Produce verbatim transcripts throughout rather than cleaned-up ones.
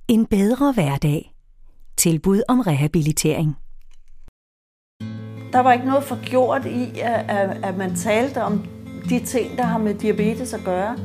En bedre hverdag. Tilbud om rehabilitering. Der var ikke noget forgjort i, at, at, at man talte om de ting, der har med diabetes at gøre.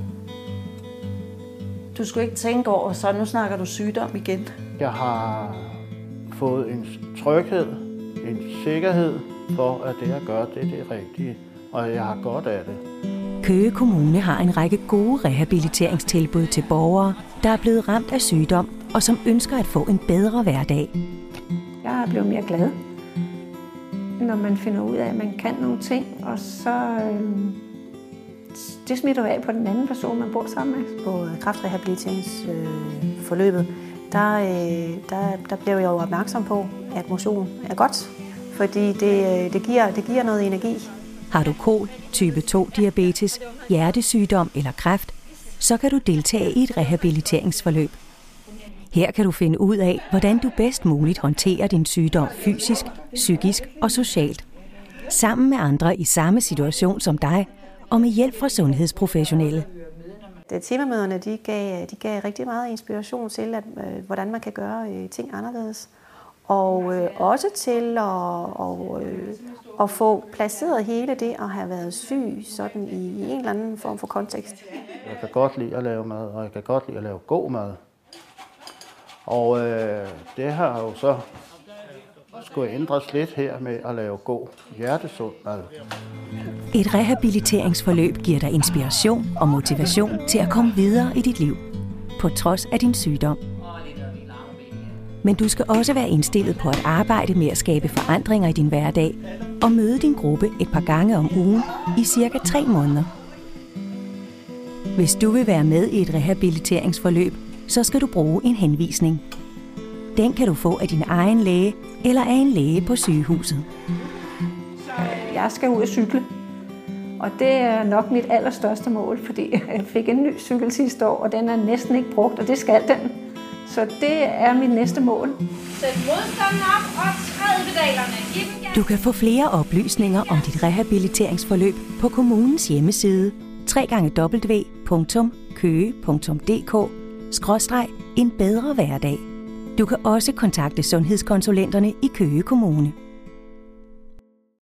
Du skulle ikke tænke over, så nu snakker du sygdom igen. Jeg har fået en tryghed, en sikkerhed for, at det jeg gør, det er det rigtige, og jeg har godt af det. Køge Kommune har en række gode rehabiliteringstilbud til borgere, der er blevet ramt af sygdom og som ønsker at få en bedre hverdag. Jeg er blevet mere glad, når man finder ud af, at man kan nogle ting, og så øh, det smitter af på den anden person, man bor sammen med. På kræftrehabiliteringsforløbet, øh, der, øh, der, der blev jeg jo opmærksom på, at motion er godt, fordi det, det, giver, det giver noget energi. Har du kol, type to diabetes, hjertesygdom eller kræft, så kan du deltage i et rehabiliteringsforløb. Her kan du finde ud af, hvordan du bedst muligt håndterer din sygdom fysisk, psykisk og socialt. Sammen med andre i samme situation som dig, og med hjælp fra sundhedsprofessionelle. Temamøderne de gav, de gav rigtig meget inspiration til, at, øh, hvordan man kan gøre øh, ting anderledes. Og øh, også til at, og, øh, at få placeret hele det at have været syg sådan i, i en eller anden form for kontekst. Jeg kan godt lide at lave mad, og jeg kan godt lide at lave god mad. Og øh, det har jo så skulle ændres lidt her med at lave god hjertesund mad. Et rehabiliteringsforløb giver dig inspiration og motivation til at komme videre i dit liv, på trods af din sygdom. Men du skal også være indstillet på at arbejde med at skabe forandringer i din hverdag og møde din gruppe et par gange om ugen i cirka tre måneder. Hvis du vil være med i et rehabiliteringsforløb, så skal du bruge en henvisning. Den kan du få af din egen læge eller af en læge på sygehuset. Jeg skal ud og cykle, og det er nok mit allerstørste mål, fordi jeg fik en ny cykel sidste år, og den er næsten ikke brugt, og det skal den. Så det er mit næste mål. Sæt modstanden op og træd pedalerne. Du kan få flere oplysninger om dit rehabiliteringsforløb på kommunens hjemmeside w w w punktum køge punktum d k skråstreg en bedre hverdag. Du kan også kontakte sundhedskonsulenterne i Køge Kommune.